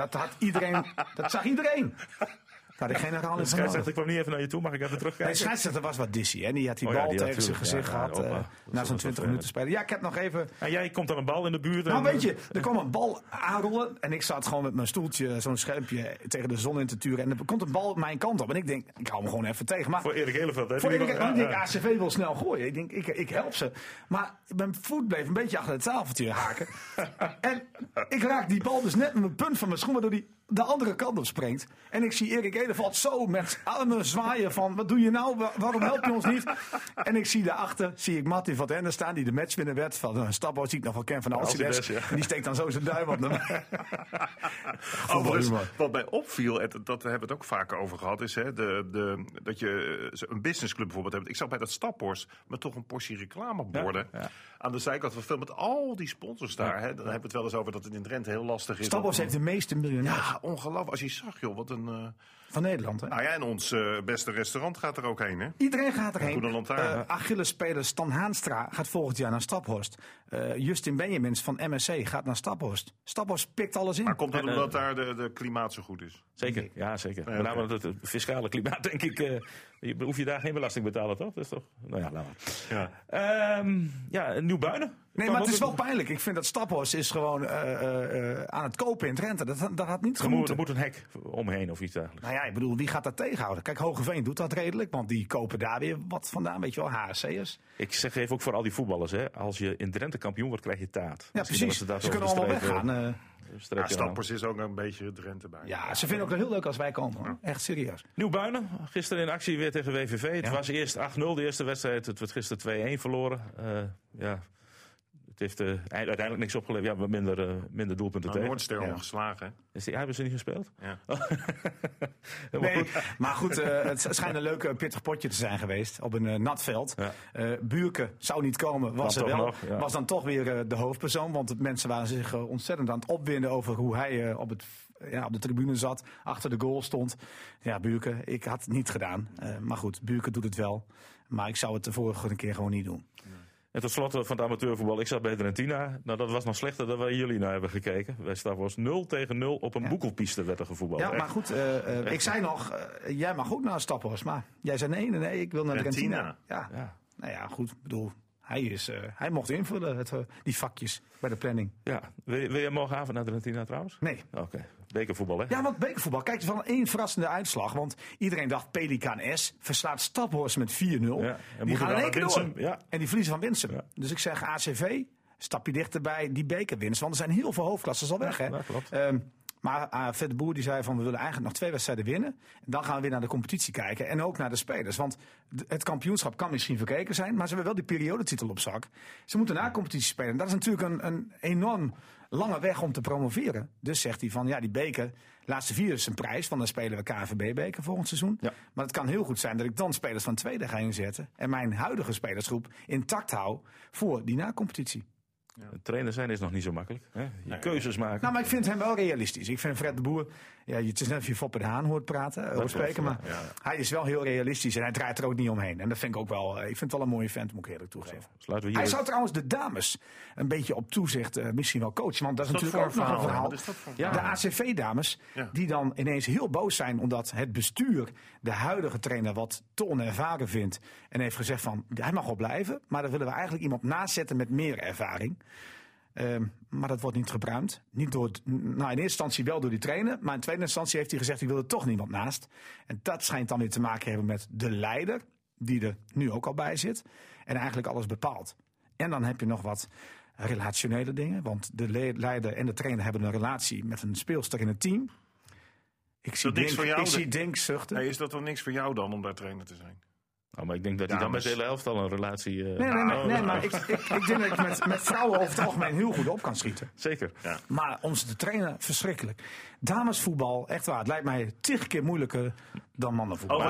Speaker 3: dat zag iedereen. Had ik geen herhaling
Speaker 2: de scheidsrechter kwam niet even naar je toe, mag ik even terugkijken?
Speaker 3: De scheidsrechter was wat dissy, hè? Die had die bal tegen zijn gezicht gehad na zo'n 20 minuten spelen. Ja, ik heb nog even...
Speaker 2: En jij komt dan een bal in de buurt?
Speaker 3: Nou, weet je, er kwam een bal aanrollen en ik zat gewoon met mijn stoeltje, zo'n schermpje tegen de zon in te turen. En er komt een bal mijn kant op en ik denk, ik hou hem gewoon even tegen. Maar
Speaker 2: voor Erik Eleveld, hè?
Speaker 3: Ik denk, ACV wil snel gooien. Ik denk, ik help ze. Maar mijn voet bleef een beetje achter het tafeltje haken. En ik raak die bal dus net met mijn punt van mijn schoen, waardoor die de andere kant op springt. En ik zie Erik Eleveld zo met armen zwaaien van, wat doe je nou? Waarom help je ons niet? En ik zie daarachter, Martin van den Ende staan, die de matchwinner werd van Staphorst, zie ik nog wel ken van Alcides. En die steekt dan zo zijn duim op.
Speaker 4: Wat mij opviel, en dat hebben we het ook vaker over gehad, is dat je een businessclub bijvoorbeeld hebt. Ik zag bij dat Staphorst met toch een portie reclameborden aan de zijkant van veel met al die sponsors daar. Hè. Dan hebben we het wel eens over dat het in Drenthe heel lastig is.
Speaker 3: Staphorst heeft de meeste miljonairs.
Speaker 4: Ja, ongelooflijk. Als je zag, joh, wat een...
Speaker 3: Van Nederland, hè?
Speaker 4: Nou ja, en ons beste restaurant gaat er ook heen, hè?
Speaker 3: Iedereen gaat erheen.
Speaker 4: Goede lantaarn.
Speaker 3: Achilles-speler Stan Haanstra gaat volgend jaar naar Staphorst. Justin Benjamins van MSC gaat naar Staphorst. Staphorst pikt alles in.
Speaker 4: Maar komt dat omdat daar de klimaat zo goed is?
Speaker 2: Zeker, ja zeker. Met name het fiscale klimaat, denk ik. Hoef je daar geen belasting betalen, toch? Dat is toch... Nou ja, laat maar. Ja, Nieuw-Buinen.
Speaker 3: Nee, maar het is wel pijnlijk. Ik vind dat Staphorst is gewoon aan het kopen in Drenthe. Dat had niet gemoeten.
Speaker 2: Er moet een hek omheen of iets dergelijks.
Speaker 3: Nou ja, ik bedoel, wie gaat dat tegenhouden? Kijk, Hoogeveen doet dat redelijk, want die kopen daar weer wat vandaan. Weet je wel, HSC'ers.
Speaker 2: Ik zeg even ook voor al die voetballers, hè. Als je in Drenthe kampioen wordt, krijg je taart.
Speaker 3: Ja, precies. Ze kunnen allemaal weggaan.
Speaker 4: Staphorst is ook een beetje Drenthe bij.
Speaker 3: Ja, ze vinden ook heel leuk als wij komen. Hoor. Echt serieus.
Speaker 2: Nieuw-Buinen, gisteren in actie weer tegen WVV. Het was eerst 8-0 de eerste wedstrijd. Het werd gisteren 2-1 verloren. Het heeft uiteindelijk niks opgeleverd. Ja, minder doelpunten tegen.
Speaker 4: Noordster ongeslagen.
Speaker 2: Hebben ze niet gespeeld?
Speaker 4: Ja.
Speaker 3: Nee, maar goed, het schijnt een leuk pittig potje te zijn geweest op een nat veld. Ja. Buurke zou niet komen, was er wel.
Speaker 2: Nog, ja.
Speaker 3: Was dan toch weer de hoofdpersoon, want de mensen waren zich ontzettend aan het opwinden over hoe hij op de tribune zat, achter de goal stond. Ja, Buurke, ik had het niet gedaan. Maar goed, Buurke doet het wel. Maar ik zou het de vorige keer gewoon niet doen.
Speaker 2: En tot slot van het amateurvoetbal. Ik zat bij Drentina. Nou, dat was nog slechter dan waar jullie naar hebben gekeken. Wij staan was 0-0 op een boekelpiste werd er gevoetbald.
Speaker 3: Ja, maar goed, ik zei nog, jij mag ook naar Staphorst. Maar jij zei nee, ik wil naar Drentina. Ja. Nou ja, goed, ik bedoel, hij mocht invullen, die vakjes bij de planning.
Speaker 2: Ja, wil je morgenavond naar Drentina trouwens?
Speaker 3: Nee.
Speaker 2: Oké. Bekervoetbal, hè?
Speaker 3: Ja, want bekervoetbal. Kijk, het is wel één verrassende uitslag. Want iedereen dacht, Pelikaan S verslaat Staphorst met 4-0. Ja,
Speaker 2: die gaan in één keer door. Ja.
Speaker 3: En die verliezen van Winsum. Ja. Dus ik zeg, ACV, stap je dichterbij die bekerwinst. Want er zijn heel veel hoofdklassen al weg, hè?
Speaker 2: Ja, klopt.
Speaker 3: Maar Vet de Boer die zei van, we willen eigenlijk nog 2 wedstrijden winnen. En dan gaan we weer naar de competitie kijken. En ook naar de spelers. Want het kampioenschap kan misschien verkeken zijn. Maar ze hebben wel die periodetitel op zak. Ze moeten na competitie spelen. En dat is natuurlijk een enorm lange weg om te promoveren. Dus zegt hij van, ja, die beker, laatste 4 is een prijs. Want dan spelen we KNVB-beker volgend seizoen. Ja. Maar het kan heel goed zijn dat ik dan spelers van tweede ga inzetten. En mijn huidige spelersgroep intact hou voor die na-competitie.
Speaker 2: Ja. Trainer zijn is nog niet zo makkelijk. Hè? Keuzes maken.
Speaker 3: Nou, maar ik vind hem wel realistisch. Ik vind Fred de Boer, ja, het is net of je Foppe de Haan hoort spreken, maar hij is wel heel realistisch en hij draait er ook niet omheen. En dat vind ik ook wel, ik vind het wel een mooie vent, moet ik eerlijk toegeven. Hij zou trouwens de dames een beetje op toezicht misschien wel coachen, want dat is natuurlijk ook nog een verhaal. De ACV-dames, die dan ineens heel boos zijn omdat het bestuur de huidige trainer wat te onervaren vindt en heeft gezegd van, hij mag wel blijven, maar dan willen we eigenlijk iemand nazetten met meer ervaring. Maar dat wordt niet gebruind. Niet door, in eerste instantie wel door die trainer. Maar in tweede instantie heeft hij gezegd, ik wil er toch niemand naast. En dat schijnt dan weer te maken hebben met de leider. Die er nu ook al bij zit. En eigenlijk alles bepaalt. En dan heb je nog wat relationele dingen. Want de leider en de trainer hebben een relatie met een speelster in het team. Ik zie Dink zuchten.
Speaker 4: Is dat dan niks voor jou dan om daar trainer te zijn?
Speaker 2: Nou, maar ik denk dat hij dan met de hele helft al een relatie...
Speaker 3: Nee, maar ik denk dat ik met vrouwen over het algemeen heel goed op kan schieten.
Speaker 2: Zeker. Ja.
Speaker 3: Maar om ze te trainen, verschrikkelijk. Damesvoetbal, echt waar, het lijkt mij 10 keer moeilijker dan mannenvoetbal.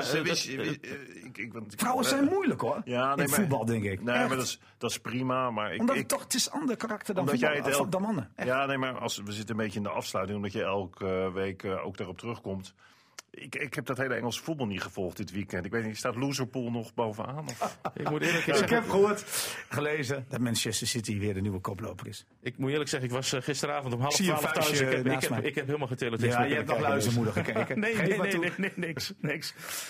Speaker 3: Vrouwen zijn moeilijk hoor, in voetbal denk ik.
Speaker 4: Nee, echt. Maar dat is prima. Maar
Speaker 3: het is een ander karakter dan mannen. Echt.
Speaker 4: Ja, nee, maar we zitten een beetje in de afsluiting, omdat je elke week ook daarop terugkomt. Ik heb dat hele Engelse voetbal niet gevolgd dit weekend. Ik weet niet, staat Loserpool nog bovenaan? Of?
Speaker 2: Ik moet eerlijk zeggen,
Speaker 3: ik heb gelezen dat Manchester City weer de nieuwe koploper is.
Speaker 2: Ik moet eerlijk zeggen, ik was gisteravond om 11:30 thuis. Ik heb helemaal geteletext.
Speaker 3: Ja, je hebt nog luizenmoeder gekeken.
Speaker 2: Nee, niks.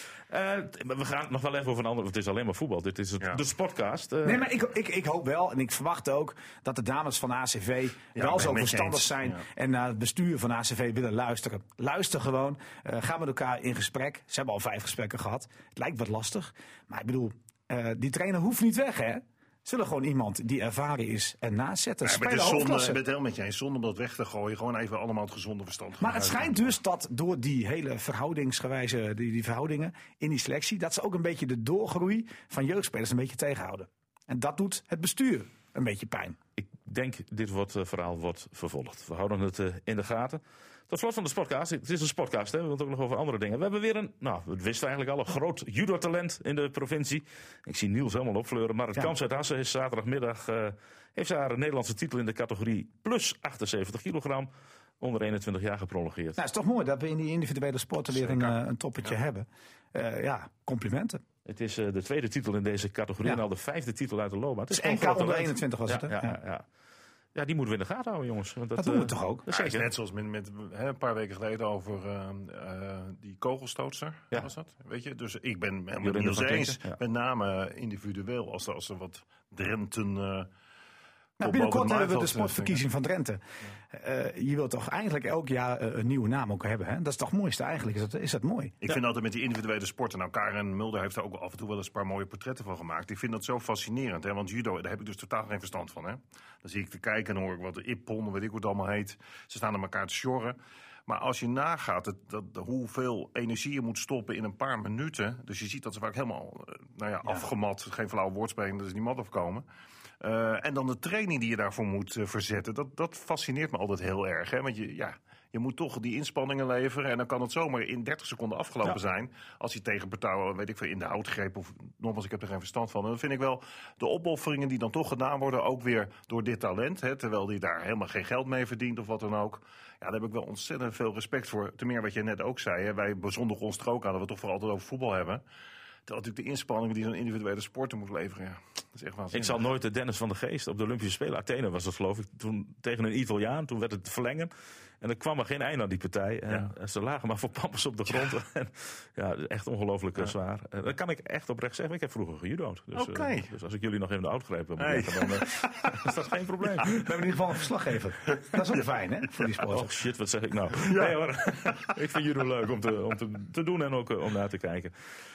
Speaker 2: We gaan nog wel even over een ander. Het is alleen maar voetbal. Dit is de Sportcast.
Speaker 3: Nee, maar ik hoop wel en ik verwacht ook dat de dames van ACV wel zo verstandig zijn en naar het bestuur van ACV willen luisteren. Luister gewoon. Ga met elkaar in gesprek. Ze hebben al 5 gesprekken gehad. Het lijkt wat lastig. Maar ik bedoel, die trainer hoeft niet weg, hè? Zullen gewoon iemand die ervaren is en nazetten.
Speaker 4: Ik ben het helemaal met je eens. Zonder om dat weg te gooien. Gewoon even allemaal het gezonde verstand.
Speaker 3: Maar het schijnt dus dat door die hele verhoudingsgewijze, die verhoudingen in die selectie, dat ze ook een beetje de doorgroei van jeugdspelers een beetje tegenhouden. En dat doet het bestuur een beetje pijn.
Speaker 2: Ik denk dit verhaal wordt vervolgd. We houden het in de gaten. Tot slot van de Sportcast. Het is een Sportcast, hè? We willen het ook nog over andere dingen. We hebben weer we wisten eigenlijk al, een groot judo-talent in de provincie. Ik zie Niels helemaal opfleuren. Maar het Kans uit Hassen is zaterdagmiddag. Heeft ze haar Nederlandse titel in de categorie plus 78 kilogram. Onder 21 jaar geprolongeerd.
Speaker 3: Nou, het is toch mooi dat we in die individuele sporten weer een toppetje hebben. Complimenten.
Speaker 2: Het is de tweede titel in deze categorie en al de 5e titel uit de loopbaan.
Speaker 3: Het is NK onder 21 was het, hè?
Speaker 2: Ja, die moeten we in de gaten houden, jongens. Want
Speaker 3: dat doen we toch ook?
Speaker 4: Dat is net zoals met een paar weken geleden over die kogelstootster. Ja. Was dat? Weet je? Dus ik ben helemaal niet eens. Met name individueel, als er wat Drenten...
Speaker 3: binnenkort hebben we de sportverkiezing van Drenthe. Je wilt toch eigenlijk elk jaar een nieuwe naam ook hebben. Hè? Dat is toch het mooiste eigenlijk. Is dat mooi?
Speaker 4: Ik vind altijd met die individuele sporten. Nou, Karen Mulder heeft daar ook af en toe wel eens een paar mooie portretten van gemaakt. Ik vind dat zo fascinerend. Hè? Want judo, daar heb ik dus totaal geen verstand van. Hè? Dan zie ik te kijken en dan hoor ik wat de Ippon, weet ik hoe het allemaal heet. Ze staan aan elkaar te sjorren. Maar als je nagaat hoeveel energie je moet stoppen in een paar minuten. Dus je ziet dat ze vaak helemaal afgemat. Geen flauwe woordspeling, dat is niet mat afkomen. En dan de training die je daarvoor moet verzetten. Dat fascineert me altijd heel erg. Hè? Want je moet toch die inspanningen leveren. En dan kan het zomaar in 30 seconden afgelopen zijn. Als je tegenpartij, weet ik veel, in de hout greep. Of nogmaals, ik heb er geen verstand van. En dan vind ik wel de opofferingen die dan toch gedaan worden. Ook weer door dit talent. Hè, terwijl die daar helemaal geen geld mee verdient of wat dan ook. Ja, daar heb ik wel ontzettend veel respect voor. Ten meer wat jij net ook zei. Hè. Wij bezondigen ons er ook aan dat we toch voor altijd over voetbal hebben. Terwijl natuurlijk de inspanningen die zo'n individuele sporter moet leveren. Ja, dat is echt waanzinnig.
Speaker 2: Ik zal nooit de Dennis van der Geest op de Olympische Spelen. Athene was dat geloof ik. Toen tegen een Italiaan. Toen werd het verlengen. En er kwam er geen einde aan die partij. En ze lagen maar voor pampers op de grond. Ja, echt ongelooflijk zwaar. Dat kan ik echt oprecht zeggen. Ik heb vroeger gejudo'd. Dus, dus als ik jullie nog even de outgreep wil leggen, dan is dat geen probleem.
Speaker 3: We hebben in ieder geval een verslaggever. Dat is ook fijn, hè, voor die sport.
Speaker 2: Oh shit, wat zeg ik nou? Nee hoor, ik vind judo leuk om te doen en ook om naar te kijken.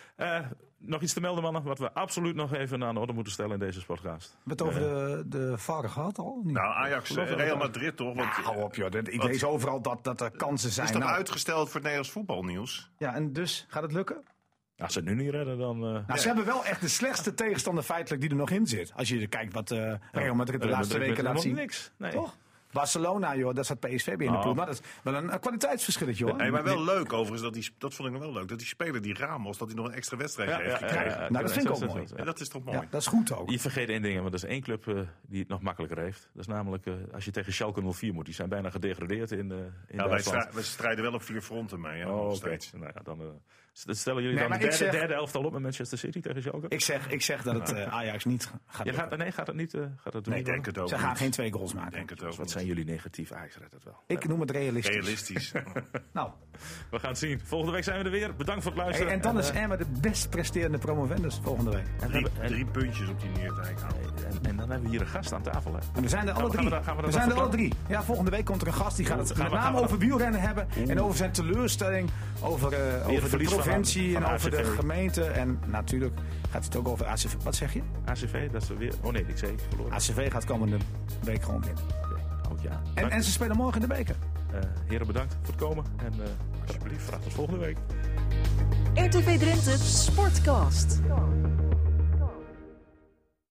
Speaker 2: Nog iets te melden, mannen, wat we absoluut nog even aan de orde moeten stellen in deze podcast.
Speaker 3: We hebben het over de VAR gehad al? Niet?
Speaker 4: Nou, Ajax, Real Madrid toch? Want,
Speaker 3: hou op joh, ik lees overal dat er kansen zijn.
Speaker 4: Is toch uitgesteld voor het Nederlands voetbalnieuws?
Speaker 3: Ja, en dus gaat het lukken?
Speaker 2: Als ze het nu niet redden, dan...
Speaker 3: Ze hebben wel echt de slechtste tegenstander feitelijk die er nog in zit. Als je kijkt wat Real Madrid de laatste weken laat zien.
Speaker 2: Niks. Nee.
Speaker 3: Toch? Barcelona, joh, daar zat PSV bij in de ploeg. Maar dat is wel een kwaliteitsverschilletje, hoor.
Speaker 4: Nee, maar wel leuk overigens, dat vond ik nog wel leuk. Dat die speler, die Ramos, dat hij nog een extra wedstrijd heeft gekregen.
Speaker 3: Nou, dat vind ik ook mooi.
Speaker 4: En dat is toch mooi.
Speaker 3: Ja, dat is goed ook.
Speaker 2: Je vergeet één ding, want er is één club die het nog makkelijker heeft. Dat is namelijk als je tegen Schalke 04 moet. Die zijn bijna gedegradeerd in Duitsland.
Speaker 4: Wij strijden wel op 4 fronten mee. Hè,
Speaker 2: nog steeds. Nou ja, dan... Stellen jullie dan de derde elftal op met Manchester City tegen Schalke?
Speaker 3: Ik zeg dat het Ajax niet gaat lukken.
Speaker 2: Gaat het niet?
Speaker 4: Nee, denk het ook.
Speaker 3: Ze gaan geen 2 goals maken.
Speaker 4: Denk het ook.
Speaker 2: Wat zijn jullie negatief? Ajax redt het wel.
Speaker 3: Ik noem het realistisch.
Speaker 4: Realistisch.
Speaker 3: Nou,
Speaker 2: we gaan het zien. Volgende week zijn we er weer. Bedankt voor het luisteren.
Speaker 3: En dan is Emma de best presterende promovendus volgende week.
Speaker 4: 3 puntjes op die Neerdijk houden.
Speaker 2: En dan hebben we hier een gast aan tafel. Hè.
Speaker 3: En we zijn er alle drie. We zijn er alle drie. Ja, volgende week komt er een gast die gaat het met name over wielrennen hebben. En over zijn teleurstelling. Over de provincie en over de gemeente. En natuurlijk gaat het ook over ACV. Wat zeg je?
Speaker 2: ACV, dat is weer... Oh nee, ik zei verloren.
Speaker 3: ACV gaat komende week gewoon winnen.
Speaker 2: Ja.
Speaker 3: En ze spelen morgen in de beker.
Speaker 2: Heren, bedankt voor het komen. En alsjeblieft, graag tot volgende week.
Speaker 1: RTV Drenthe Sportcast.